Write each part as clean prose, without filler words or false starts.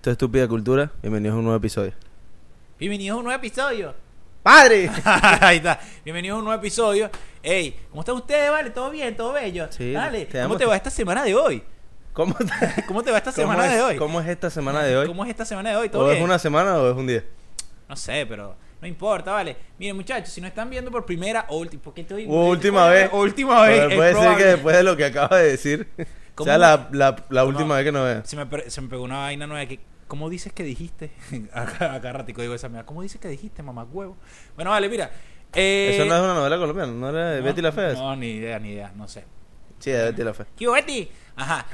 Esto es Estúpida Cultura. Bienvenidos a un nuevo episodio. Bienvenidos a un nuevo episodio. ¡Padre! Ahí está. Bienvenidos a un nuevo episodio. Ey, ¿cómo están ustedes? ¿Vale? ¿Todo bien? ¿Todo bello? Sí, Dale. te ¿Cómo amo. te va esta semana de hoy? ¿Cómo te va esta semana de hoy? ¿Cómo es esta semana de hoy? ¿Cómo es esta semana de hoy? ¿Todo ¿O bien? es una semana o es un día? No sé, pero no importa, ¿vale? Miren, muchachos, si nos están viendo por primera o última... ¿Por qué estoy...? Última vez. Última vez. Pero puede ser que después de lo que acaba de decir ¿Cómo? sea la última vez que nos vea. Se me pegó una vaina nueva que... ¿Cómo dices que dijiste? Acá ratico digo esa mierda. ¿Cómo dices que dijiste, mamá huevo? Bueno, vale, mira. Eso no es una novela colombiana, ¿no era de Betty la Fea? No, ni idea, no sé. Sí, de Betty la Fea. ¿Qué Betty? Ajá.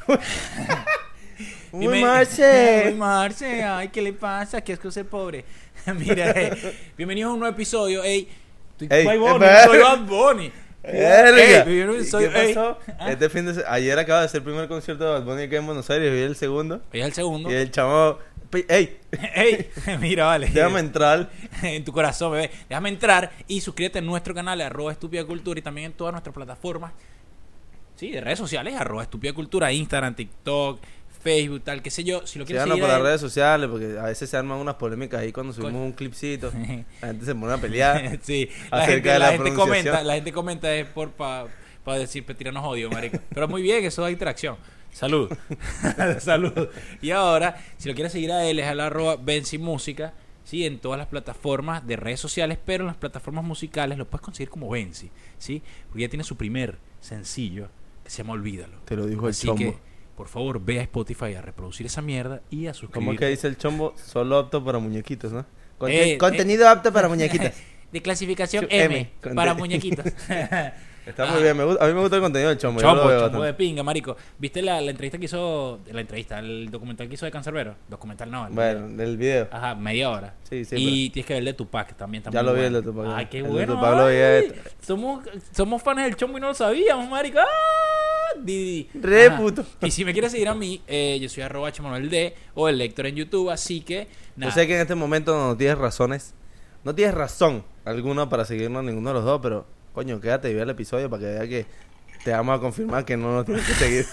¡Uy, Marce! Uy, Marce, ay, ¿qué le pasa? ¿Qué es que ser pobre? Mira, bienvenidos a un nuevo episodio. Ey, Ey, soy Bad Bunny, espera. soy Bad Bunny. Verga. Soy- ¿Qué pasó? ¿Ah? Este fin de ayer acaba de ser el primer concierto de Bad Bunny aquí en Buenos Aires y hoy el segundo. Hoy es el segundo. Y el chamo... ¡Ey! Ey, mira, vale. Déjame entrar. En tu corazón, bebé. Déjame entrar y suscríbete a nuestro canal @Estúpida Cultura y también en todas nuestras plataformas. Sí, de redes sociales, @Estúpida Cultura, Instagram, TikTok, Facebook, tal, qué sé yo. Si lo quieres Síganos seguir por a las él- redes sociales porque a veces se arman unas polémicas ahí cuando subimos un clipcito. La gente se pone a pelear. Sí, acerca de la gente pronunciación. comenta, la gente comenta es para decir, tiranos odio, marico. Pero muy bien, eso da interacción. Salud. Salud. Y ahora, si lo quieres seguir a él, es al @BenziMúsica, sí, en todas las plataformas de redes sociales, pero en las plataformas musicales lo puedes conseguir como Benzi, sí, porque ya tiene su primer sencillo que se llama Olvídalo. Te lo dijo el Así chombo. que, por favor, ve a Spotify a reproducir esa mierda y a suscribirte. ¿Cómo es que dice el chombo? Solo apto para muñequitos, ¿no? Contenido apto para muñequitas. De clasificación M, M, para muñequitos. Está muy bien. A mí me gusta el contenido del chombo. yo lo Chombo, veo chombo de bastante. pinga, marico. ¿Viste la entrevista que hizo? El documental que hizo de Cancerbero. Documental no. el Bueno, video. del video. Ajá, media hora. Sí, sí, Y tienes que ver el de Tupac también. Está Ya muy lo vi, el bueno. de Tupac. Ay, qué El de bueno. Tupac lo vi, ay. Somos fans del chombo y no lo sabíamos, marico. Didi. Re Ajá. puto. Y si me quieres seguir a mí, yo soy @HManuelD o el Lector en YouTube. Así que, Yo nada. sé que en este momento no tienes razones. No tienes razón alguna para seguirnos ninguno de los dos, pero coño, quédate y ve el episodio para que vea que te vamos a confirmar que no nos tienes que seguir.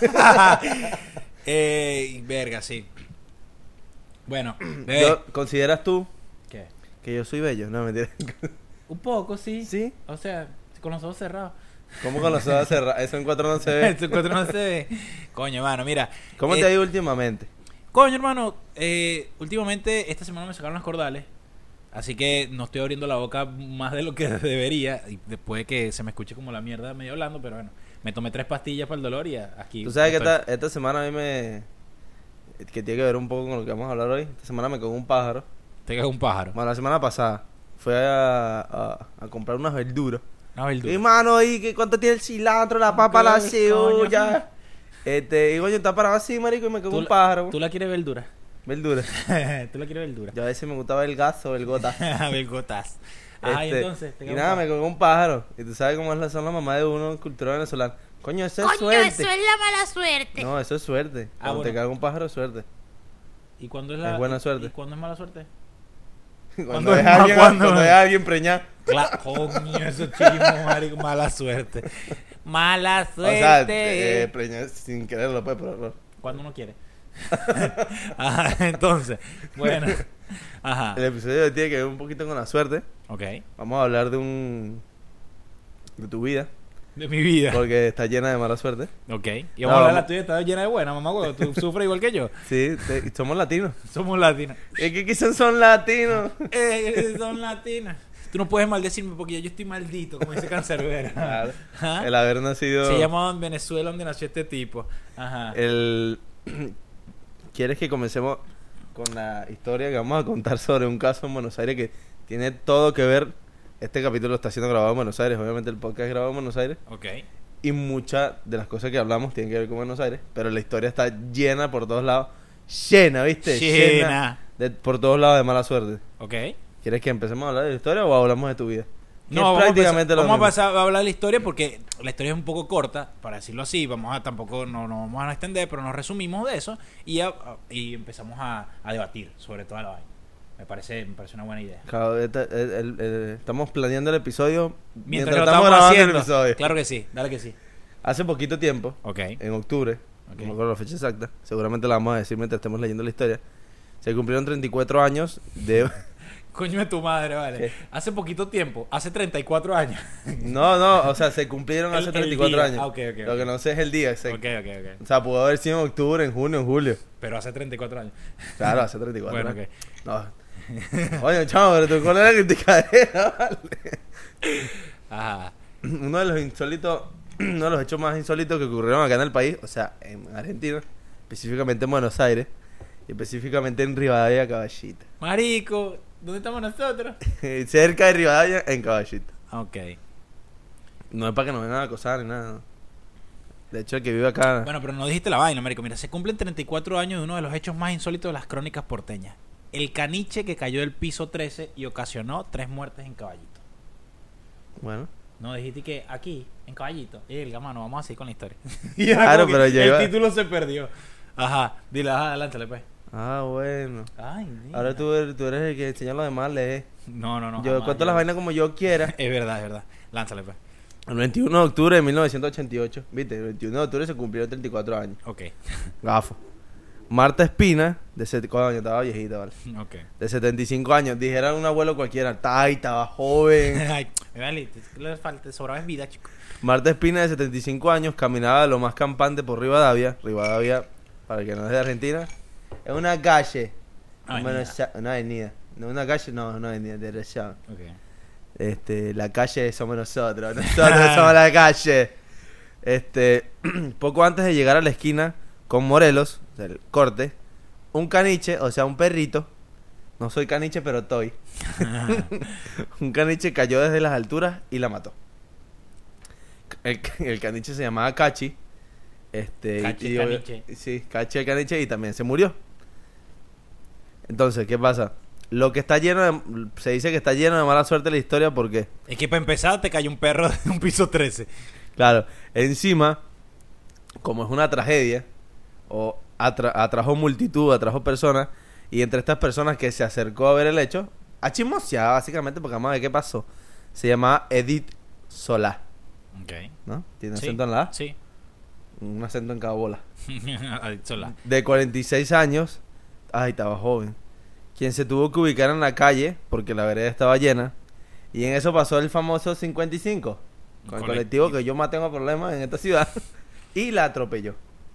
Verga, sí. Bueno, bebé. ¿Consideras tú ¿Qué? que yo soy bello? No, mentira. Un poco, sí. ¿Sí? O sea, con los ojos cerrados. ¿Cómo con los ojos cerrados? Eso en cuatro no se ve. Este encuentro no se ve. Coño, hermano, mira. ¿Cómo te ha ido últimamente? Coño, hermano, últimamente esta semana me sacaron las cordales. Así que no estoy abriendo la boca más de lo que debería. Y después de que se me escuche como la mierda medio hablando, pero bueno, me tomé 3 pastillas para el dolor y aquí. Tú sabes que estoy. esta semana a mí que tiene que ver un poco con lo que vamos a hablar hoy. Esta semana me cagó un pájaro. Te cago un pájaro. Bueno, la semana pasada fui a comprar unas verduras. Una verdura. Y mano, ¿cuánto tiene el cilantro, la papa, la cebolla? Y coño, está parado así, marico, y me cagó un pájaro. ¿Tú la quieres verdura? Verduras. ¿Tú la quieres verdura? Yo a veces me gustaba el gaso o el gota. Belgotas. Ah, y entonces. Y nada, me cagó un pájaro. Y tú sabes cómo son las mamás de uno en cultura venezolana. Coño, eso es suerte. Eso es la mala suerte. No, eso es suerte. Cuando te bueno. caga un pájaro es suerte. ¿Y cuándo Es buena suerte. ¿Y cuándo es mala suerte? Cuando es alguien preñado. Claro, coño, eso chismo, marico, mala suerte. Mala O sea, suerte. preñado sin quererlo, pues, pero... Cuando uno quiere. Ajá, entonces, bueno. Ajá. El episodio de hoy tiene que ver un poquito con la suerte. Ok. Vamos a hablar de tu vida, De mi vida. porque está llena de mala suerte. Ok. Y No, vamos a hablar de vamos. la tuya, está llena de buena, mamá, huevo. Tú sufres igual que yo. Sí, somos latinos. Somos latinos. Es que quizás son latinos. Son latinas. Tú no puedes maldecirme porque yo estoy maldito, como dice Cancerbero. Claro. Ajá. El haber nacido... Se llama Venezuela, donde nació este tipo. Ajá. ¿Quieres que comencemos con la historia que vamos a contar sobre un caso en Buenos Aires que tiene todo que ver? Este capítulo está siendo grabado en Buenos Aires, obviamente el podcast es grabado en Buenos Aires, Ok. y muchas de las cosas que hablamos tienen que ver con Buenos Aires, pero la historia está llena por todos lados. Llena, ¿viste? Llena. Por todos lados de mala suerte. Ok. ¿Quieres que empecemos a hablar de la historia o hablamos de tu vida? Que No, es vamos, prácticamente lo vamos a mismo. pasar a hablar de la historia porque la historia es un poco corta, para decirlo así. Tampoco no vamos a extender, pero nos resumimos de eso y empezamos a debatir sobre toda la vaina. Me parece una buena idea. Claro, estamos planeando el episodio Mientras lo estamos estamos grabando haciendo. el episodio. Claro que sí, dale que sí. Hace poquito tiempo, Ok. en octubre, Ok. no me acuerdo la fecha exacta, seguramente la vamos a decir mientras estemos leyendo la historia. Se cumplieron 34 años de... Coño de tu madre, vale. ¿Qué? Hace poquito tiempo, hace 34 años. No, o sea, se cumplieron hace El 34 día. años. Ah, ok. Lo que no sé es el día exacto. Ok. O sea, pudo haber sido en octubre, en junio, en julio. Pero hace 34 años. Claro, hace 34 Bueno, años. ok. No. Oye, chamo, pero tú con la criticadera, vale. Ajá. Uno de los insólitos, uno de los hechos más insólitos que ocurrieron acá en el país, o sea, en Argentina, específicamente en Buenos Aires, y específicamente en Rivadavia, Caballito. Marico, ¿dónde estamos nosotros? Cerca de Rivadavia, en Caballito. Ok. No es para que nos vengan a acosar ni nada, ¿no? De hecho, el que vive acá... Bueno, pero no dijiste la vaina, marico. Mira, se cumplen 34 años de uno de los hechos más insólitos de las crónicas porteñas. El caniche que cayó del piso 13 y ocasionó 3 muertes en Caballito. Bueno. No, dijiste que aquí, en Caballito. Mano, vamos a seguir con la historia. Claro, pero yo el iba- título se perdió. Ajá, dile, adelántale, pues. Ah, bueno. Ay, mira. Ahora tú eres el que enseña a los demás a leer. No. Yo jamás, cuento las vainas como yo quiera. Es verdad. Lánzale, pues. El 21 de octubre de 1988. ¿Viste? El 21 de octubre se cumplieron 34 años. Ok. Gafo. Marta Espina, coño, estaba viejita, ¿vale? Ok. De 75 años. Dijeran un abuelo cualquiera. Ay, estaba joven. Ay, vale, le falta, sobraba en vida, chico. Marta Espina, de 75 años, caminaba de lo más campante por Rivadavia. Rivadavia, para el que no es de Argentina, es una calle. Una avenida. No, una calle, no, una avenida de Reyán. Ok. La calle somos nosotros. Nosotros somos la calle. Poco antes de llegar a la esquina con Morelos, o sea, el corte, un caniche, o sea, un perrito. No soy caniche, pero estoy. Un caniche cayó desde las alturas y la mató. El caniche se llamaba Cachi. Cachi el caniche. Sí, Cachi el caniche, y también se murió. Entonces, ¿qué pasa? Lo que está lleno de... Se dice que está lleno de mala suerte la historia porque... Es que para empezar te cayó un perro de un piso 13. Claro, encima, como es una tragedia, o atrajo multitud, atrajo personas, y entre estas personas que se acercó a ver el hecho, a chismosear básicamente, porque vamos a ver qué pasó. Se llamaba Edith Solá, Ok. ¿no? Tiene Sí, acento en la A, Sí. un acento en cada bola. Sola. De 46 años, ay, estaba joven, quien se tuvo que ubicar en la calle, porque la vereda estaba llena, y en eso pasó el famoso 55, con el colectivo que yo más tengo problemas en esta ciudad, y la atropelló.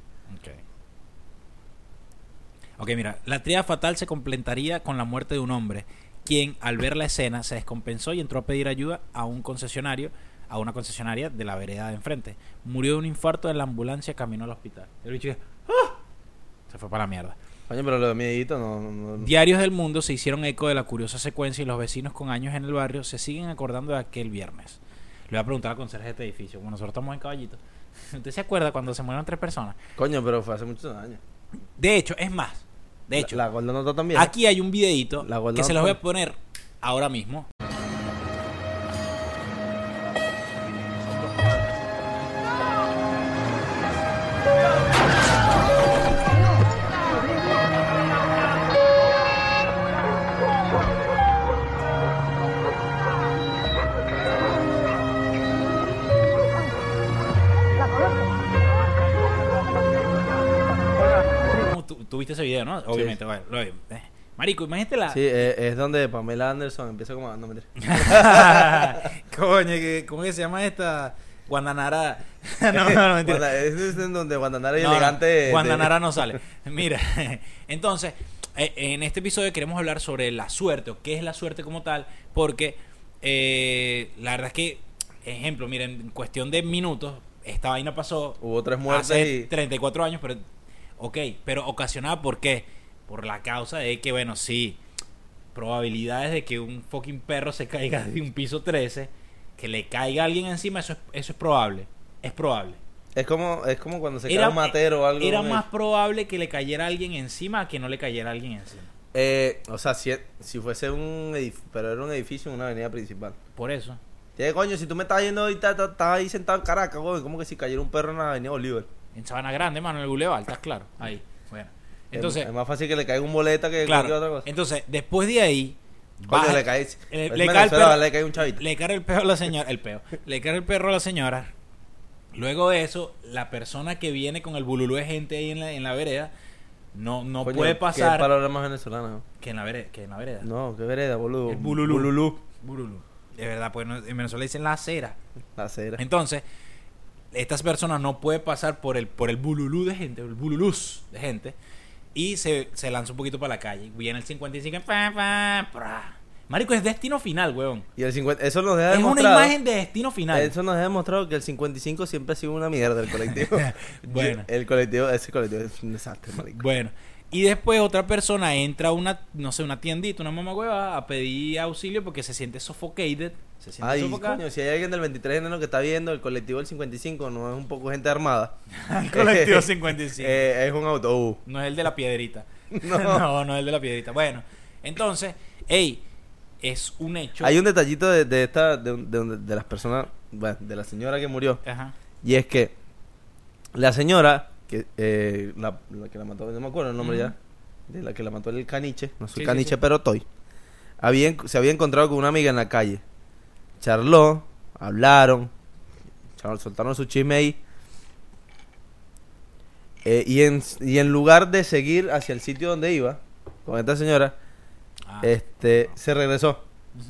Ok, mira, la tríada fatal se completaría con la muerte de un hombre, quien al ver la escena se descompensó y entró a pedir ayuda a una concesionaria de la vereda de enfrente. Murió de un infarto en la ambulancia, caminó al hospital. El bicho ¡ah! Se fue para la mierda. Coño, pero lo de miedito no. Diarios del mundo se hicieron eco de la curiosa secuencia y los vecinos con años en el barrio se siguen acordando de aquel viernes. Le voy a preguntar al conserje de este edificio, como nosotros estamos en Caballito. ¿Usted se acuerda cuando se murieron 3 personas? Coño, pero fue hace muchos años. De hecho, es más. De hecho, La Golden notó también. aquí hay un videito La Golden que se los voy a Notó. poner ahora mismo. Tú viste ese video, ¿no? Obviamente, bueno, lo vi. Marico, imagínate la... Sí, es donde Pamela Anderson empieza como... No, mentira. Coño, ¿cómo que se llama esta? Guandanara. no, mentira. Es en donde Guandanara y No, elegante... Guandanara no sale. Mira, entonces, en este episodio queremos hablar sobre la suerte, o qué es la suerte como tal, porque la verdad es que, ejemplo, miren, en cuestión de minutos, esta vaina pasó Hubo 3 muertes hace y... 34 años, pero, ok, pero ocasionada ¿por qué? Por la causa de que, bueno, sí, probabilidades de que un fucking perro se caiga de un piso 13, que le caiga a alguien encima, eso es probable. Es probable. Es como cuando se cae un matero o algo. Era más probable que le cayera a alguien encima que no le cayera a alguien encima. O sea, si fuese un edificio... Pero era un edificio en una avenida principal. Por eso. ¿Qué coño? Si tú me estás yendo ahorita, estás ahí sentado en Caracas, güey. ¿Cómo que si cayera un perro en la avenida Bolívar? En Sabana Grande, mano, en el Boulevard, ¿estás claro? Ahí. Bueno. Entonces, Es más fácil que le caiga un boleta que claro. cualquier otra cosa. Entonces, después de ahí... Coño, baja- le cae... le en cae el Venezuela perro- le cae un chavito. Le cae el perro a la señora. Le cae el perro a la señora. Luego de eso, la persona que viene con el bululú de gente ahí en la vereda No Coño, puede ¿qué pasar palabra más venezolana? ¿No? que en la vereda. No, qué vereda, boludo. El bululú. Bululú. Bululú. De verdad, pues en Venezuela dicen la acera. La acera. Entonces, estas personas no pueden pasar por el bululú de gente, el bululús de gente, y se lanza un poquito para la calle. Viene el 55, marico, es destino final, weón. Y el 50, eso nos deja Es una demostrado. imagen de destino final. Eso nos ha demostrado que el 55 siempre ha sido una mierda el colectivo. Bueno. Ese colectivo es un desastre, marico. Bueno, y después otra persona entra a una tiendita, una mamagüeva, a pedir auxilio porque se siente suffocated. Se siente Ay, sofocada. coño, si hay alguien del 23 de enero que está viendo, el colectivo del 55 no es un poco gente armada. El colectivo 55. Es un autobús. No es el de la piedrita. No. No es el de la piedrita. Bueno, entonces, es un hecho. Hay un detallito de las personas, bueno, de la señora que murió. Ajá. Y es que la señora, que la que la mató, no me acuerdo el nombre ya, de la que la mató el caniche, no soy Sí, caniche, sí, sí. pero estoy. Se había encontrado con una amiga en la calle. Charló, hablaron, soltaron su chisme ahí. Y en lugar de seguir hacia el sitio donde iba, con esta señora, Ah. se regresó.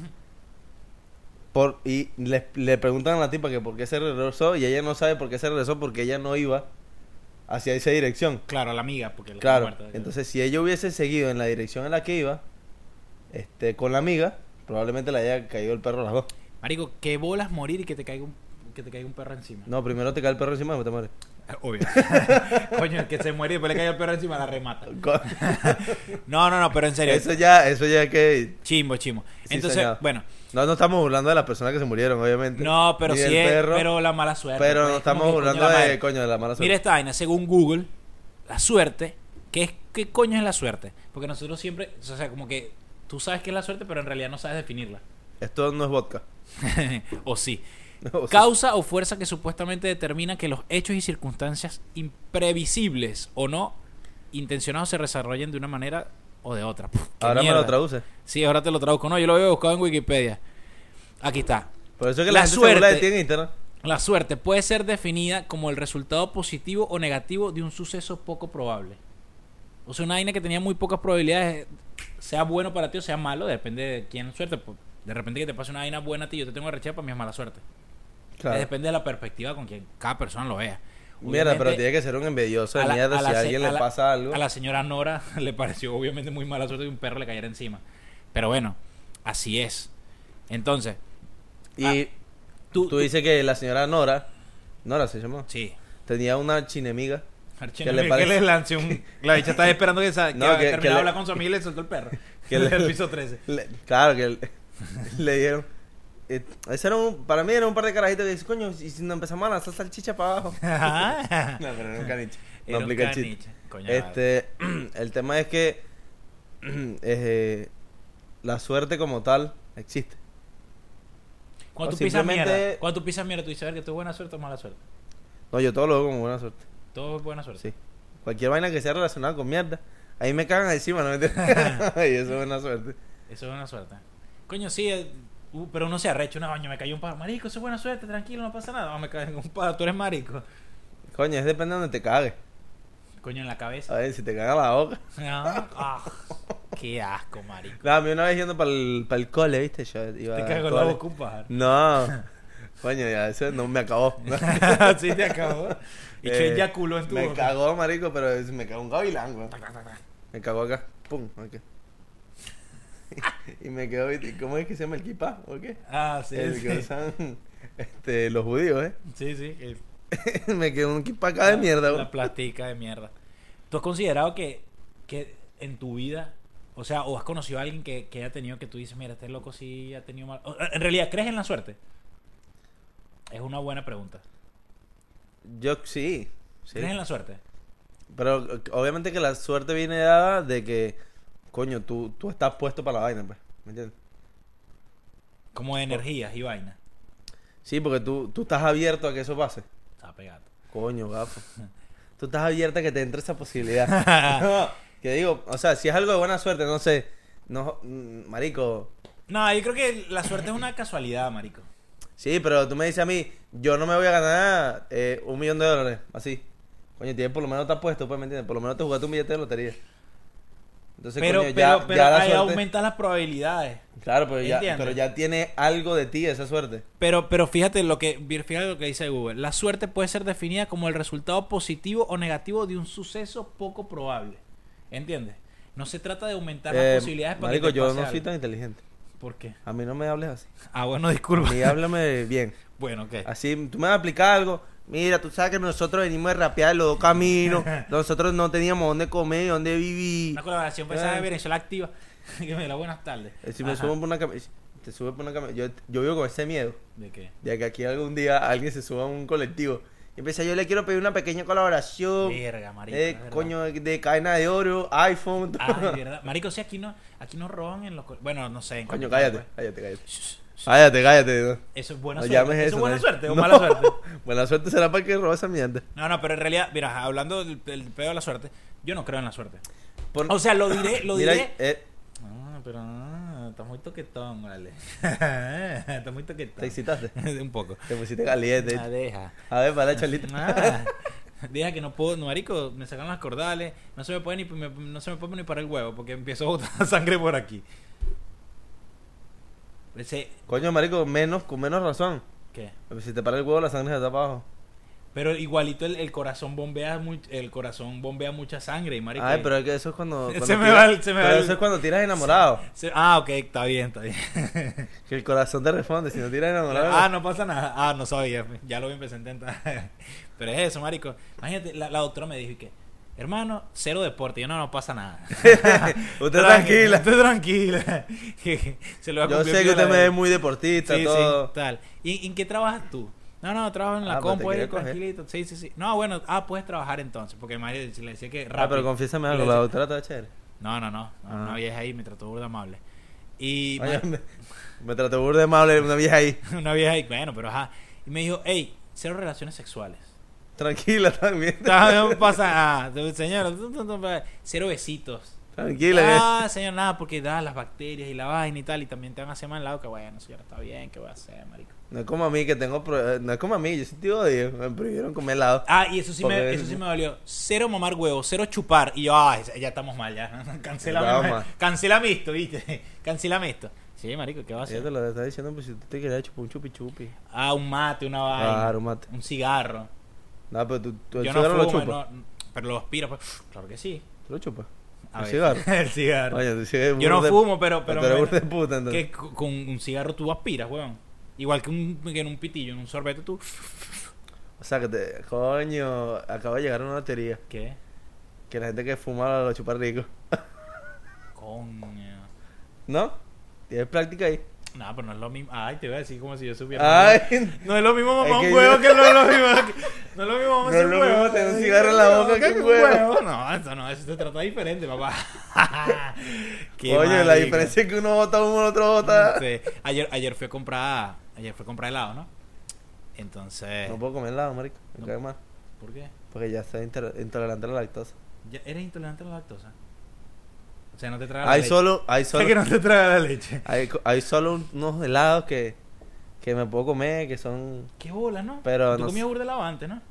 Ujú. Y le preguntan a la tipa que por qué se regresó, y ella no sabe por qué se regresó, porque ella no iba hacia esa dirección. Claro, a la amiga, porque la Claro, muerta. entonces si ella hubiese seguido en la dirección en la que iba, con la amiga, probablemente le haya caído el perro a las dos. Marico, qué bolas morir y que te caiga un perro encima. No, primero te cae el perro encima y después te mueres. Obvio. Coño, el que se muere y después le cae el perro encima la remata. No, pero en serio. Eso ya que... Chimbo. Sí, Entonces, señor. bueno. No estamos burlando de las personas que se murieron, obviamente. No, pero Ni sí del es, perro, pero la mala suerte. pero pues, no es estamos como que, burlando coño, la de, madre. coño, de la mala suerte. Mira esta vaina, según Google, la suerte, ¿qué coño es la suerte? Porque nosotros siempre, o sea, como que tú sabes qué es la suerte, pero en realidad no sabes definirla. Esto no es vodka. O sí. O sea, Causa o fuerza que supuestamente determina que los hechos y circunstancias imprevisibles o no intencionados se desarrollen de una manera o de otra. Puf, qué ahora me mierda. lo traduce. Sí, ahora te lo traduzco. No, yo lo había buscado en Wikipedia. Aquí está. Por eso es que La la gente se burla de suerte. ti en internet. La suerte puede ser definida como el resultado positivo o negativo de un suceso poco probable. O sea, una vaina que tenía muy pocas probabilidades, sea bueno para ti o sea malo, depende de quién suerte. Pues, de repente que te pase una vaina buena a ti, yo te tengo arrechera, para mí es mala suerte. Claro. Depende de la perspectiva con quien cada persona lo vea. Mierda, pero Obviamente, tiene que ser un envidioso de a la- mierda a la si a se- alguien a le la- pasa algo. A la señora Nora le pareció obviamente muy mala suerte que un perro le cayera encima. Pero bueno, así es. Entonces, Y tú dices que la señora Nora se llamó, sí. tenía una chinemamiga. Archie, ¿Qué no, le que parece? le lance un... La bicha estaba esperando que No, que terminara le- de hablar con su amiga y le soltó el perro. Que le- Del piso 13. Claro que le dieron. Ese era para mí era un par de carajitos que dicen, coño, y si nos empezamos a lanzar salchicha para abajo. Ajá. No, pero era un caniche. No Era un aplica el chiste. caniche. Coño, madre. El tema es que la suerte como tal existe. Cuando o tú pisas simplemente- mierda, cuando tú pisas mierda, tú dices, a ver, que esto es buena suerte o mala suerte. No, yo todo lo veo como buena suerte. Todo es buena suerte. Sí. Cualquier vaina que sea relacionada con mierda. Ahí me cagan encima, ¿no? Y eso es buena suerte. Eso es buena suerte. Coño, sí, pero uno se arrecha una coño, me cayó un pájaro. Marico, eso es buena suerte, tranquilo, no pasa nada. No, me cayó un pájaro, tú eres marico. Coño, es depende de donde te cagues. Coño, en la cabeza. A ver, si te caga la boca. Qué asco, marico. No, a mí una vez yendo para el cole, ¿viste? Yo iba Te al cago en la cole. boca un pájaro. No. Coño, ya eso no me acabó. Sí, te acabó. Y que eyaculó en tu Me boca. cagó, marico, pero me cagó un gavilán, güey. Me cagó acá. Pum, aquí. Y me quedó, ¿viste? ¿Cómo es que se llama el kippah? ¿O qué? Ah, sí, El sí. que usan los judíos, ¿eh? Sí, sí. Me quedó un kippah acá de mierda, güey. La plastica de mierda. ¿Tú has considerado que en tu vida, o sea, o has conocido a alguien que haya tenido que tú dices, mira, este loco sí ha tenido mal... En realidad, ¿crees en la suerte? Es una buena pregunta. Yo sí. ¿Crees en la suerte? Pero obviamente que la suerte viene dada de que, coño, tú estás puesto para la vaina, pues. ¿Me entiendes? Como de energías y vainas. Sí, porque tú estás abierto a que eso pase. Está pegado. Coño, gafo. Tú estás abierto a que te entre esa posibilidad. Que digo, o sea, si es algo de buena suerte, no sé. No, marico. No, yo creo que la suerte es una casualidad, marico. Sí, pero tú me dices a mí, yo no me voy a ganar $1 millón. Así. Coño, tienes por lo menos te has puesto, pues, ¿me entiendes? Por lo menos te jugaste un billete de lotería. Entonces, Pero, coño, pero ya la ahí suerte... aumentan las probabilidades. Claro, ¿Entiendes? pero ya tiene algo de ti esa suerte. Pero fíjate lo que dice Google. La suerte puede ser definida como el resultado positivo o negativo de un suceso poco probable. ¿Entiendes? No se trata de aumentar las posibilidades para Marico, que te yo pase no algo. soy tan inteligente. ¿Por qué? A mí no me hables así. Ah, bueno, disculpa. A mí háblame bien. Bueno, ¿qué? Así, tú me vas a explicar algo. Mira, tú sabes que nosotros venimos de rapear los dos caminos. Nosotros no teníamos dónde comer, dónde vivir. Una colaboración pensada de Venezuela Activa. Que me da buenas tardes. Si me Ajá. subo por una camioneta, te subes por una camioneta. Yo vivo con ese miedo ¿De qué? de que aquí algún día alguien se suba a un colectivo y empieza, yo le quiero pedir una pequeña colaboración. Verga, marico. es verdad. Coño, de cadena de oro, iPhone. Ay, verdad. Marico, sí, aquí no roban en los... Bueno, no sé. En Coño, Capital, cállate. pues. Cállate. ¿No? Eso es buena No suerte. llames ¿Eso eso, es buena ¿no? suerte o No. mala suerte? Buena suerte será para el que roba esa mierda. No, pero en realidad, mira, hablando del pedo de la suerte, yo no creo en la suerte. Pon- O sea, lo diré. Mira, Pero está muy toquetón, vale. Está muy toquetón. ¿te excitaste? Un poco. Te pusiste caliente. Ah, deja. A ver, para la cholita. Ah, deja que no puedo, no, marico, me sacan las cordales, no se me puede no se me puede ni parar el huevo porque empiezo a botar sangre por aquí. Coño, marico, con menos razón. ¿Qué? Si te para el huevo, la sangre se está para abajo. Pero igualito el corazón bombea mucha sangre y marico. Ay, pero es que eso es cuando... Se me va el- pero eso es cuando tiras enamorado. Ok, está bien. Que el corazón te responde. Si no tiras enamorado... Ah, no pasa nada. Ah, no sabía. Ya lo empecé a intentar. Pero es eso, marico. Imagínate, la doctora me dijo y que, hermano, cero deporte. Yo no pasa nada. Usted tranquila. Usted tranquila. Se lo va a Yo cumplir sé que usted la me vez. ve muy deportista, Sí, todo. sí, tal. ¿Y en qué trabajas tú? No, trabajo en la Ah, pero compu, te quiere ahí, coger. tranquilito. Sí. No, bueno, puedes trabajar entonces. Porque María le decía que Ah, rápido. pero confiésame Y algo, le la decía- doctora está chévere. No. Ah. Una vieja ahí me trató burda amable. Y Oye, me trató burda de amable una vieja ahí. una vieja ahí, bueno, pero ajá. Y me dijo, hey, cero relaciones sexuales. Tranquila también. No pasa nada, señor. Cero besitos. Tranquila. Señor, nada, porque da las bacterias y la vaina y tal. Y también te van a hacer mal lado. Que bueno, señor, está bien, ¿qué voy a hacer, marico? No es como a mí que tengo... No es como a mí, yo sí te odio. Me prohibieron comer helado. Y eso sí Porque- eso sí me dolió. Cero mamar huevo, cero chupar. Y yo, ya estamos mal, ya. Estamos mal. Cancélame esto, ¿viste? Cancélame esto. Sí, marico, ¿qué va a Ella hacer? te lo está diciendo, pues si tú te querías chupar un chupi. Un mate, una vaina. Claro, mate. Un cigarro. No, pero tú el Yo no cigarro lo fumo, chupas. pero lo aspiro. Pues, claro que sí. ¿Tú lo chupas? A ¿El ver. cigarro? El cigarro. Oye, tú sí eres Yo no burda de- fumo, pero tú eres burda de bueno, puta, entonces. que con un cigarro tú aspiras, weón. Igual que en un pitillo, en un sorbete tú. O sea, que te... Coño, acaba de llegar una teoría. ¿Qué? Que la gente que fuma lo chupa rico. Coño. ¿No? ¿Tienes práctica ahí? No, pero no es lo mismo. Ay, te voy a decir como si yo supiera. Ay, No es lo mismo mamar Es un que huevo yo- que no es lo mismo. No es lo mismo mamar No es un lo huevo. mismo tener un cigarro en la boca que un huevo. No, eso no, eso se trata diferente, papá. Qué coño, la marica. diferencia es que uno bota uno, el otro bota... Sí. Ayer fui a comprar helado, ¿no? Entonces, No puedo comer helado, marico. Me No. cae mal. ¿por qué? Porque ya estoy intolerante a la lactosa. ¿Eres intolerante a la lactosa? O sea, no te traga la Hay leche. solo... Es que no te traga la leche. Hay solo unos helados que me puedo comer, que son... Qué bola, ¿no? Pero Tú no comías sé. burda de helado antes, ¿no?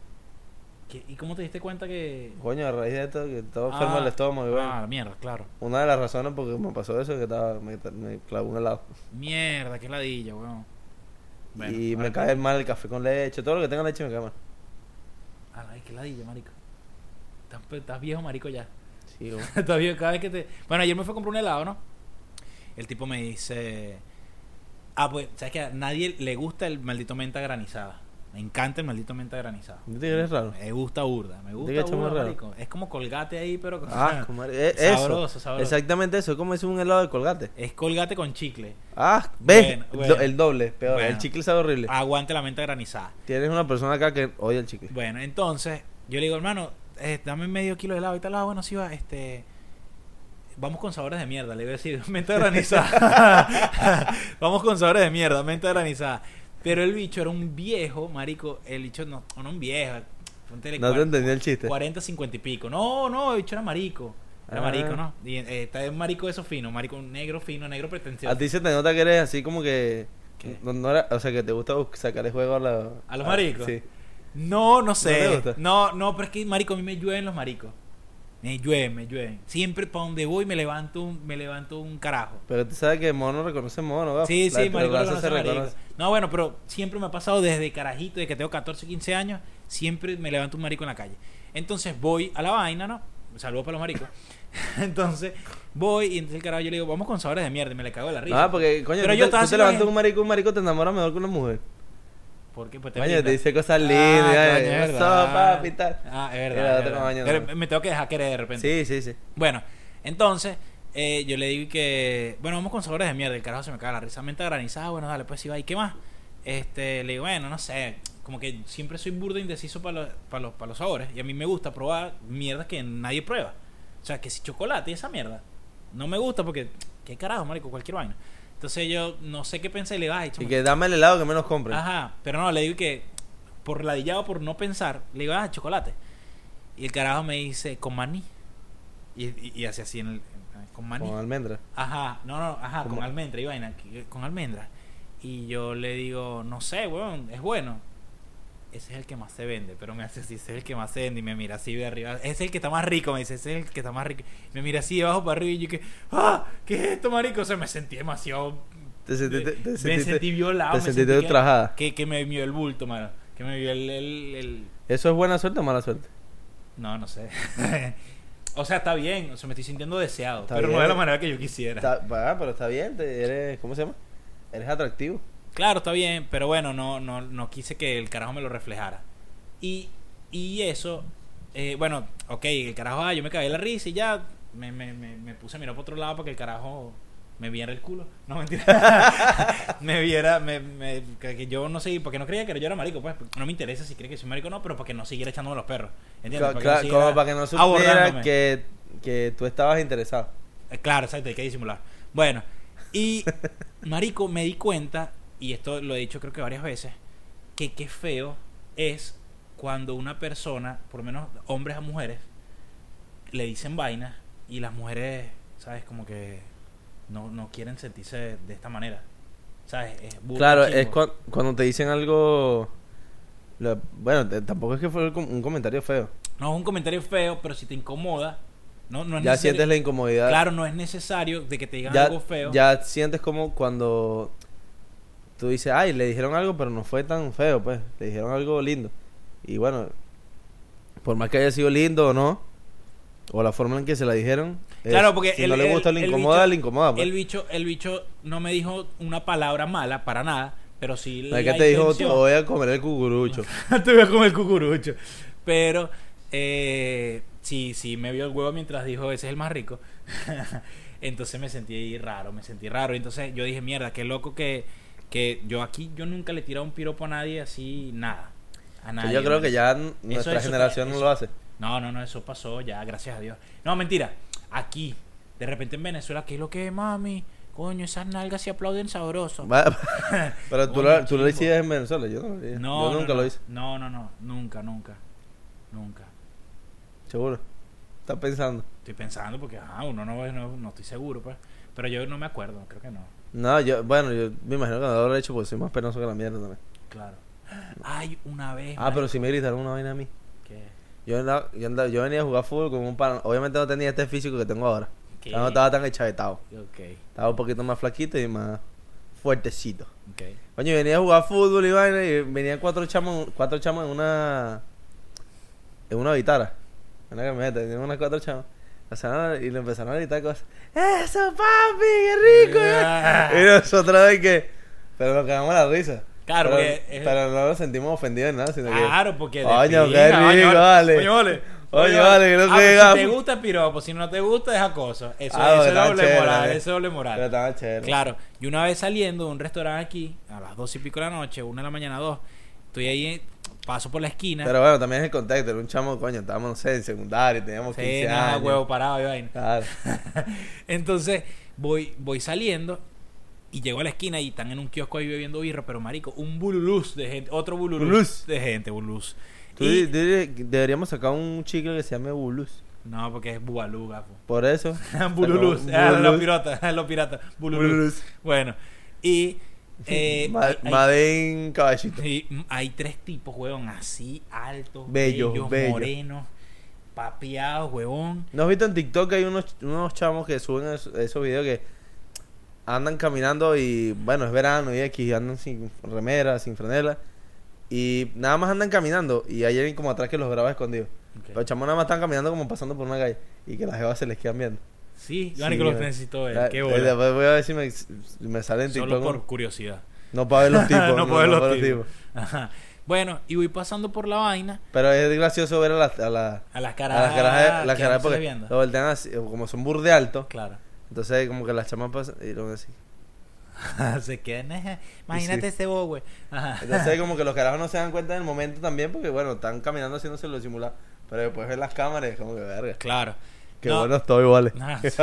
¿Y cómo te diste cuenta que...? Coño, a raíz de esto, que estaba enfermo el estómago. Y bueno, Mierda, claro. una de las razones por qué me pasó eso es que me clavó un helado. Mierda, qué ladilla, weón. Bueno, y me ahora cae mal el café con leche. Todo lo que tenga leche me cae mal. Ay, qué ladilla, marico. Estás viejo, marico, ya. Sí, bueno. Estás viejo cada vez que te... Bueno, ayer me fui a comprar un helado, ¿no? El tipo me dice... pues, ¿sabes qué? A nadie le gusta el maldito menta granizada. Me encanta el maldito menta granizada. ¿No te crees raro? Me gusta burda, me gusta ¿Te crees burda, raro? marico. Es como Colgate ahí, pero... Ah, eso. Sabroso. Exactamente eso. Es como es un helado de colgate. Es Colgate con chicle. Ah, ¿ves? Bueno. El doble, peor. Bueno. El chicle sabe horrible. Aguante la menta granizada. Tienes una persona acá que odia el chicle. Bueno, entonces, yo le digo, hermano, dame medio kilo de helado y tal. Bueno, sí va, vamos con sabores de mierda, le iba a decir, menta granizada. Vamos con sabores de mierda, menta granizada. Pero el bicho era un viejo, marico. El bicho no un viejo. Ponte No te entendí el chiste. 40, 50 y pico. No, el bicho era marico. Era Ah. marico, ¿no? Y está un marico de esos finos, marico, un negro fino, negro pretencioso. A ti se te nota que eres así como que... ¿Qué? No era, o sea, que te gusta sacar el juego a ¿A los maricos? Sí. No, no te sé. gusta? No, pero es que, marico, a mí me llueven los maricos. Me llueven. Siempre para donde voy me levanto un carajo. Pero tú sabes que mono reconoce mono, ¿verdad? Sí, La marico, raza reconoce se marico. reconoce. No, bueno, pero siempre me ha pasado desde carajito, desde que tengo 14, 15 años, siempre me levanto un marico en la calle. Entonces voy a la vaina, ¿no? Saludos para los maricos. Entonces voy y entonces el carajo yo le digo, vamos con sabores de mierda y me le cago de la risa. Ah, porque, coño, Pero tú, yo te, estaba tú te haciendo levantas un marico te enamora mejor que una mujer. Porque pues te Coño, brinda. te dice cosas Ah, lindas, coño, es eso, verdad. papi, tal. Ah, es Y verdad. la es otra verdad. coño, Pero no. me tengo que dejar querer de repente. Sí. Bueno, entonces yo le digo que, bueno, vamos con sabores de mierda. El carajo se me caga la risa. Menta granizada, bueno, dale, pues si va. ¿Y qué más? Le digo, bueno, no sé. Como que siempre soy burdo indeciso para los sabores. Y a mí me gusta probar mierdas que nadie prueba. O sea, que si chocolate y esa mierda. No me gusta porque, ¿qué carajo, marico? Cualquier vaina. Entonces yo no sé qué pensé y le digo, ay, Y chamo, que dame el helado que menos compre. ajá, pero no, le digo que por ladillado, por no pensar, le digo, chocolate. Y el carajo me dice, con maní. Y hace así con maní. Con almendra. Ajá, ¿Cómo? con almendra y vaina, con almendra. Y yo le digo, no sé, weón, es bueno. Ese es el que más se vende, pero me hace así, ese es el que más se vende y me mira así de arriba. Ese es el que está más rico, me dice, ese es el que está más rico. Me mira así de abajo para arriba y yo que, ¿qué es esto, marico? O sea, me sentí demasiado... Te sentiste, me sentí violado, te me sentiste sentí ultrajada. que me vio el bulto, mano. Que me vio el... ¿Eso es buena suerte o mala suerte? No sé. O sea, está bien, o sea, me estoy sintiendo deseado, Está pero bien. no de la manera que yo quisiera. Pero está bien, eres, ¿cómo se llama? Eres atractivo. Claro, está bien, pero bueno, no quise que el carajo me lo reflejara. Y eso, bueno, ok, el carajo, yo me cagué la risa y ya me puse a mirar por otro lado para que el carajo me viera el culo. No, mentira. me viera, que yo no sé, porque no creía que yo era marico, pues. No me interesa si cree que soy marico o no, pero para que no siguiera echándome los perros. ¿Entiendes? Como para que no supiera abordándome. que tú estabas interesado. Claro, exacto, hay que disimular. Bueno, y marico, me di cuenta, y esto lo he dicho creo que varias veces, que qué feo es cuando una persona, por lo menos hombres a mujeres, le dicen vainas y las mujeres, ¿sabes? Como que no quieren sentirse de esta manera. ¿Sabes? Es burda, Claro, chimbo. es cuando te dicen algo... Bueno, tampoco es que fue un comentario feo. No es un comentario feo, pero si te incomoda, no es Ya necesario. sientes la incomodidad. Claro, no es necesario de que te digan ya, algo feo. ya sientes como cuando tú dices, ay, le dijeron algo, pero no fue tan feo, pues. Le dijeron algo lindo. Y bueno, por más que haya sido lindo o no, o la forma en que se la dijeron, Claro, porque si no le gusta, le incomoda, le incomoda. Pues. El bicho no me dijo una palabra mala para nada, pero sí No es que te dijo, te voy a comer el cucurucho. te voy a comer el cucurucho. Pero sí me vio el huevo mientras dijo, ese es el más rico. Entonces me sentí raro. Y entonces yo dije, mierda, qué loco que yo nunca le he tirado un piropo a nadie así, nada. A nadie. Yo creo que ya Eso- nuestra generación no lo hace. No, eso pasó ya, gracias a Dios. No, mentira. Aquí, de repente en Venezuela, ¿qué es lo que es, mami? Coño, esas nalgas se aplauden sabroso. Pero tú, Coño, tú lo chimbo. hiciste en Venezuela, yo no lo hice. No, Yo nunca lo hice. No, nunca. Seguro. Estás pensando. Estoy pensando porque, uno no estoy seguro, pues. Pero yo no me acuerdo, creo que no. No, yo me imagino que no lo he hecho porque soy más penoso que la mierda también. Claro. Ay, una vez. Pero si me gritaron una vaina a mí. ¿Qué? Yo venía a jugar fútbol con un pan. Obviamente no tenía este físico que tengo ahora. ¿Qué? Ya no estaba tan echavetado. Ok. Estaba un poquito más flaquito y más fuertecito. Ok. Coño, venía a jugar fútbol y vaina y venían cuatro chamos en una vitara. En una camioneta, venían unas 4 chamos. Y le empezaron a gritar cosas. ¡Eso, papi! ¡Qué rico! Y nosotros de que... Pero nos cagamos la risa. Claro, pero, porque... pero no nos sentimos ofendidos en nada, sino que... Claro, porque... Coño, de qué pinga, rico, vale. Coño, vale. Oye, vale, que no te pues digas. si te gusta el piropo, si no te gusta es acoso. Eso Porque es estaba doble chévere, moral, ¿eh? eso es doble moral. Pero estaba chévere. Claro, y una vez saliendo de un restaurante aquí, a las 2 y pico de la noche, 1 de la mañana, 2, estoy ahí, paso por la esquina. Pero bueno, también es el contexto. Era un chamo, coño, estábamos, no sé, en secundario, teníamos 15 nada, años. huevo parado y vaina. Claro. Entonces, voy saliendo y llego a la esquina y están en un kiosco ahí bebiendo birra, pero marico, un bululuz de gente, otro bululuz de gente, bululuz. Deberíamos sacar un chicle que se llame Bulus. No, porque es bubalú, gafo. Por eso. Bululuz, Bululuz. los piratas, bululuz. Bueno, y Madén caballito. Hay 3 tipos, huevón, así, altos, Bellos. morenos, papeados, huevón. ¿No has visto en TikTok que hay unos chamos que suben esos videos que andan caminando y, bueno, es verano y aquí andan sin remera, sin franela y nada más andan caminando y hay alguien como atrás que los graba escondidos? Okay. Los chamos nada más están caminando como pasando por una calle y que las jevas se les quedan viendo. Sí, Sí, marico, los necesito ver. Qué bueno. Después voy a ver si me sale en TikTok. Solo por curiosidad. No para ver los tipos. No puedo ver los tipos. Ajá. Bueno, y voy pasando por la vaina. Pero es gracioso ver a las las caras quedándose porque viendo. lo voltean así, como son burde altos. Claro. Entonces como que las chamas pasan y luego así. Se quedan. Imagínate ese bobo, güey. Entonces como que los carajos no se dan cuenta del momento también porque bueno, están caminando haciéndose lo simulado. Pero después ven las cámaras y es como que verga. Claro. Qué bueno estoy, vale.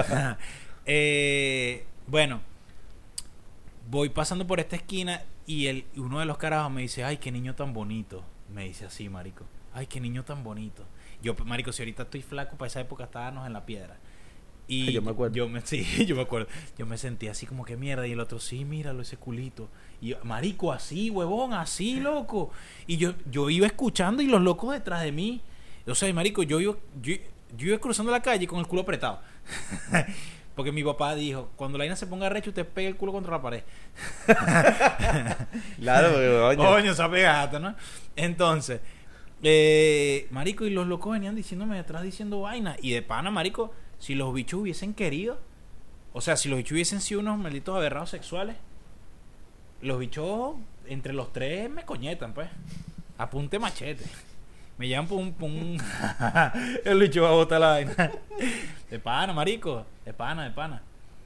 Bueno, voy pasando por esta esquina y uno de los carajos me dice, ay, qué niño tan bonito. Me dice así, marico. Ay, qué niño tan bonito. Yo, marico, si ahorita estoy flaco, para esa época estábamos en La Piedra. Y yo me acuerdo. Sí, yo me acuerdo. Yo me sentí así como que mierda. Y el otro, sí, míralo, ese culito. Y yo, marico, así, huevón, así, loco. Y yo iba escuchando y los locos detrás de mí. O sea, marico, yo iba cruzando la calle con el culo apretado. Porque mi papá dijo, cuando la vaina se ponga recha, usted pega el culo contra la pared. Claro, porque coño, esa pegata, ¿no? Entonces, marico, y los locos venían diciéndome detrás, diciendo vaina. Y de pana, marico, si los bichos hubiesen querido, o sea, si los bichos hubiesen sido unos malditos aberrados sexuales, los bichos, entre los 3, me coñetan, pues. Apunte machete. Me llevan por un el bicho va a botar la vaina. De pana, marico. De pana.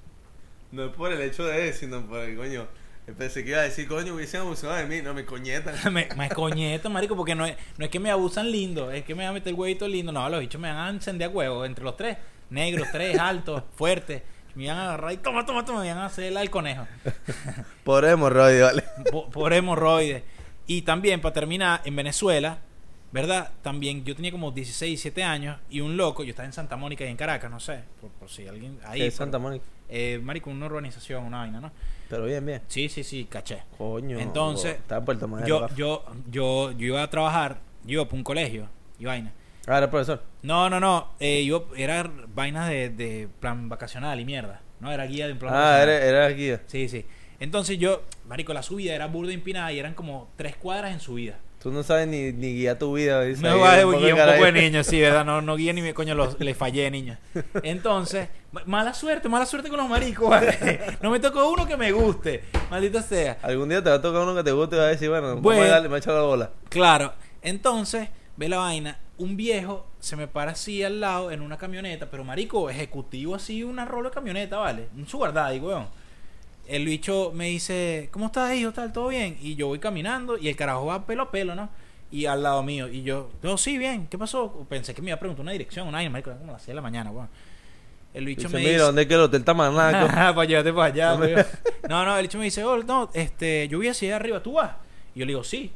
No es por el hecho de eso, sino por el coño. Pensé que iba a decir, coño, hubiesen abusado de mí. No, me coñetan. me coñetan, marico, porque no es que me abusan lindo, es que me van a meter el huevito lindo. No, los bichos me van a encender a huevos entre los 3. Negros, 3, altos, fuertes. Me van a agarrar y toma, me van a hacer el conejo. Por hemorroides, vale. Por hemorroides. Y también, para terminar, en Venezuela, ¿verdad? También yo tenía como 16, 17 años y un loco, yo estaba en Santa Mónica y en Caracas, no sé, por si alguien ahí. ¿Qué es Santa Mónica? Marico, una urbanización, una vaina, ¿no? Pero bien. Sí, caché. Coño. Entonces, estaba en Puerto Madero. yo iba a trabajar, yo iba por un colegio y vaina. Ah, era profesor. No. Yo era vainas de plan vacacional y mierda. No, era guía de un plan vacacional. Era guía. Sí. Entonces yo, marico, la subida era burda empinada y eran como 3 cuadras en subida. Tú no sabes ni guiar tu vida. Dice, no va a guiar un poco de niño, sí, ¿verdad? No guía ni me coño, le fallé, niño. Entonces, mala suerte con los maricos, ¿vale? No me tocó uno que me guste, maldita sea. Algún día te va a tocar uno que te guste y va a decir, bueno, me va a echar la bola. Claro. Entonces, ve la vaina, un viejo se me para así al lado en una camioneta, pero marico, ejecutivo así, una rola de camioneta, ¿vale? Un sugar daddy, weón. El bicho me dice, ¿cómo estás, hijo? ¿Tal? ¿Todo bien? Y yo voy caminando y el carajo va pelo a pelo, ¿no? Y al lado mío. Y yo, sí, bien. ¿Qué pasó? Pensé que me iba a preguntar una dirección, una vaina, marico, era como las 6 de la mañana, weón. El bicho dice, me mira, dice, ¿dónde es que el hotel Tamanaco? para llevarte para allá, weón. No, el bicho me dice, no, yo voy hacia allá arriba, ¿tú vas? Y yo le digo, sí.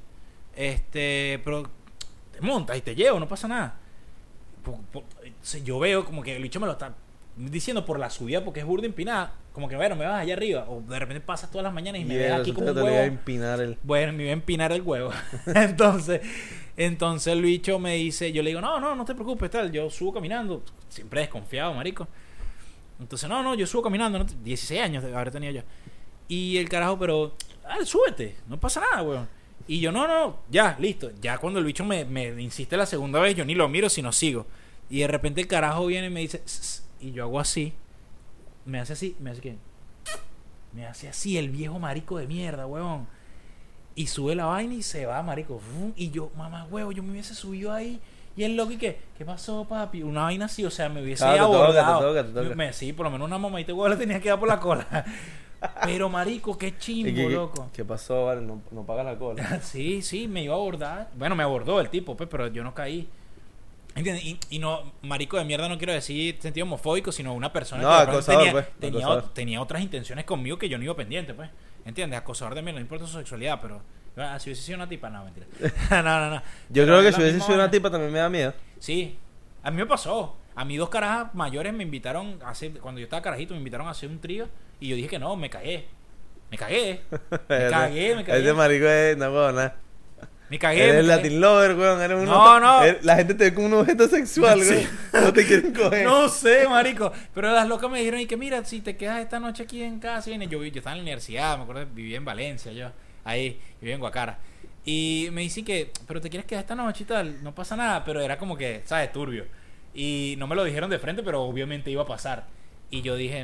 Pero te montas y te llevo, no pasa nada. Yo veo como que el bicho me lo está diciendo por la subida porque es burda empinada, como que bueno, me vas allá arriba o de repente pasas todas las mañanas y me ves aquí como un huevo. Bueno, me iba a empinar el huevo. entonces el bicho me dice, yo le digo, no te preocupes, tal, yo subo caminando, siempre desconfiado, marico. Entonces, no, yo subo caminando, 16 años habré tenido yo. Y el carajo, pero súbete, no pasa nada, weón. Y yo, no, ya, listo. Ya cuando el bicho me insiste la segunda vez, yo ni lo miro, sino sigo. Y de repente el carajo viene y me dice, y yo hago así, me hace así, me hace así el viejo marico de mierda, huevón. Y sube la vaina y se va, marico. Y yo, mamá, huevo, yo me hubiese subido ahí. Y el loco, ¿y qué pasó, papi? Una vaina así, o sea, me hubiese abordado. Te toca. Sí, por lo menos una mamadita de huevo le tenía que dar por la cola. Pero, marico, qué chimbo, loco. ¿Qué pasó, vale? No pagas la cola. Sí, me iba a abordar. Bueno, me abordó el tipo, pues, pero yo no caí. ¿Entiendes? Y no, marico de mierda, no quiero decir sentido homofóbico, sino una persona que acosador, tenía otras intenciones conmigo que yo no iba pendiente, pues. ¿Entiendes? Acosador de mierda, no importa su sexualidad, pero si hubiese sido una tipa, no, mentira. no. Yo creo que si hubiese sido una tipa también me da miedo. Sí, a mí me pasó. A mí 2 carajas mayores me invitaron, cuando yo estaba carajito, me invitaron a hacer un trío y yo dije que no, me cagué. Me cagué. Me Ese cagué. marico es, no, weón, nada. Me cagué. Eres me cagué. Latin lover, weón. Eres No. La gente te ve como un objeto sexual, Sí. weón. No te quieren coger. No sé, marico. Pero las locas me dijeron y que mira, si te quedas esta noche aquí en casa, viene. Yo estaba en la universidad, me acuerdo, vivía en Valencia, yo. Ahí, vivía en Guacara. Y me dicen que, pero te quieres quedar esta noche y tal, no pasa nada, pero era como que, ¿sabes? Turbio. Y no me lo dijeron de frente, pero obviamente iba a pasar. Y yo dije,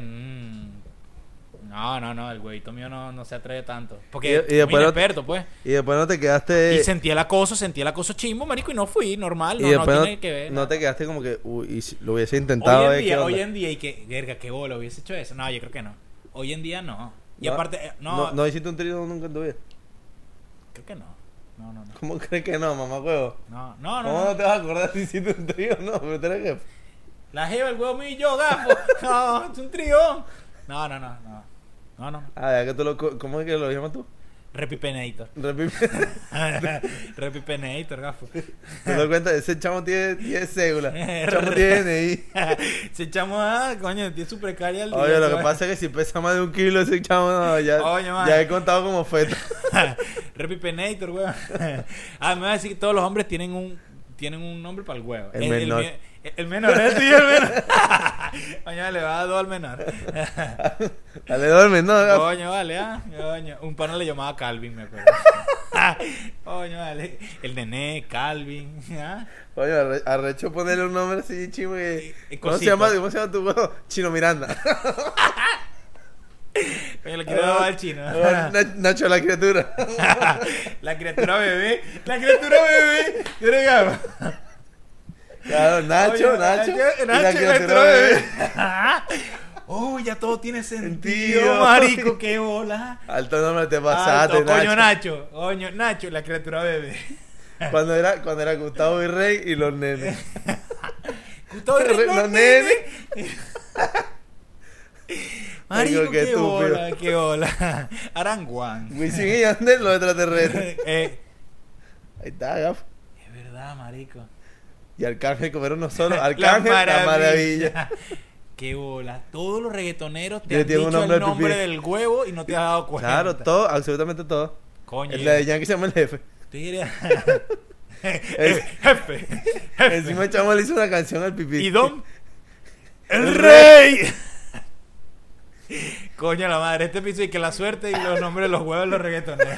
no, el huevito mío no se atreve tanto. Porque Y después muy inexperto, pues. Y después no te quedaste. Y sentí el acoso chimbo, marico, y no fui, normal, y no después tiene que ver. no nada. te quedaste como que, uy, y si lo hubiese intentado. Hoy en día, y que, verga, qué bola, hubiese hecho eso. No, yo creo que no. Hoy en día no. Y No, aparte, no hiciste un trío nunca en tu vida. creo que no. No. ¿Cómo crees que no, mamá huevo? No. ¿Cómo no te vas a acordar si hiciste un trío? No, pero tú eres jefe. La jeva, el huevo mío y yo, gafo. No, es un trío. No. Ah, ya que tú ¿cómo es que lo llamas tú? Repipenator. Repipenator, gafo. Te das cuenta, ese chamo tiene cédula. El chamo tiene DNI. Ese chamo, coño, tiene su precaria al día. Oye, lo que pasa es que si pesa más de 1 kilo ese chamo, no, Oye, man. ya he contado como feto. Repipenator, weón. Me va a decir que todos los hombres tienen un nombre para el huevo. El menor. El menor, el menor. Coño, le va a dar 2 al menor. Dale, duerme, no. Coño, vale, coño. Un pana le llamaba Calvin, me acuerdo. Coño, vale. El nené, Calvin. Oye, arrecho ponerle un nombre así, chimo. ¿Cómo se Cosito. llama tu huevo? Chino Miranda. Coño, le quiero dar al chino. Nacho, la criatura. La criatura bebé. ¿Qué regalo? Claro, Nacho, Oye, Nacho. Y la Nacho, criatura bebé. Oh, ya todo tiene sentido, Sentido. marico, qué bola. Alto nombre te pasaste, Alto, Nacho. coño, Nacho, la criatura bebé. Cuando era Gustavo Virrey y los nenes. Gustavo Herrera, Los nenes. Marico, Marico, qué qué bola. Aranguán. Wisin y Yandel, los extraterrestres. Es Ahí está, gaf. verdad, marico. Y Arcángel comer uno solo. Arcángel, la maravilla. Qué bola. Todos los reggaetoneros te Yo han tengo dicho un nombre el de nombre pipí. del huevo y no te has dado cuenta. Claro, todo, absolutamente todo. Coño. El de Yankee se llama el jefe. Tú dirías... Es- Jefe. Encima el chamo le hizo una canción al pipí. ¿Y Don? ¡El rey! Coño, la madre. Este piso y que la suerte y los nombres de los huevos de los reggaetoneros.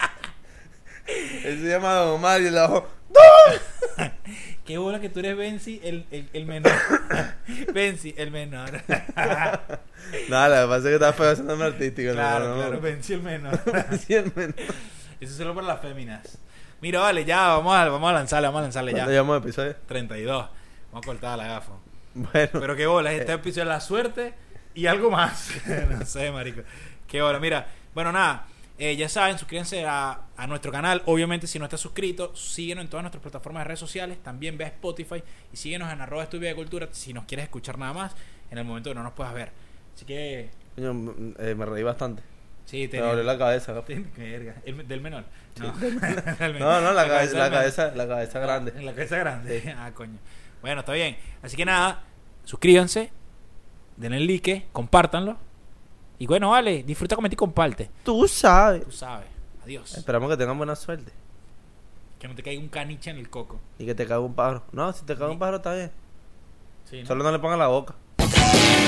Él se llama Don Omar y el abajo. Qué bola que tú eres Benzi, el menor. Benzi, el menor. Nada, lo que pasa es que está feo ese nombre artístico. Claro, Benzi, el menor. Sí, el menor. Eso es solo para las féminas. Mira, vale, ya, vamos a lanzarle ya. ¿Cuándo llamamos el episodio? 32. Vamos a cortar la gafa. Bueno. Pero qué bola, este episodio es la suerte y algo más. No sé, marico. Qué bola. Mira, bueno, nada. Ya saben, suscríbanse a nuestro canal. Obviamente, si no estás suscrito, síguenos en todas nuestras plataformas de redes sociales. También ve a Spotify y síguenos en @estuviadecultura si nos quieres escuchar nada más en el momento que no nos puedas ver. Así que, Coño, me reí bastante. sí, Me dolió la cabeza. gaf. Verga. Del menor. No, No, la del menor. cabeza grande. En la cabeza grande. Coño. Bueno, está bien. Así que nada, suscríbanse, denle like, compártanlo. Y bueno, vale, disfruta, comenta y comparte. Tú sabes. Tú sabes. Adiós. Esperamos que tengan buena suerte. Que no te caiga un caniche en el coco. Y que te cague un pájaro. No, si te caga un pájaro está bien. Sí, ¿no? Solo no le pongan la boca.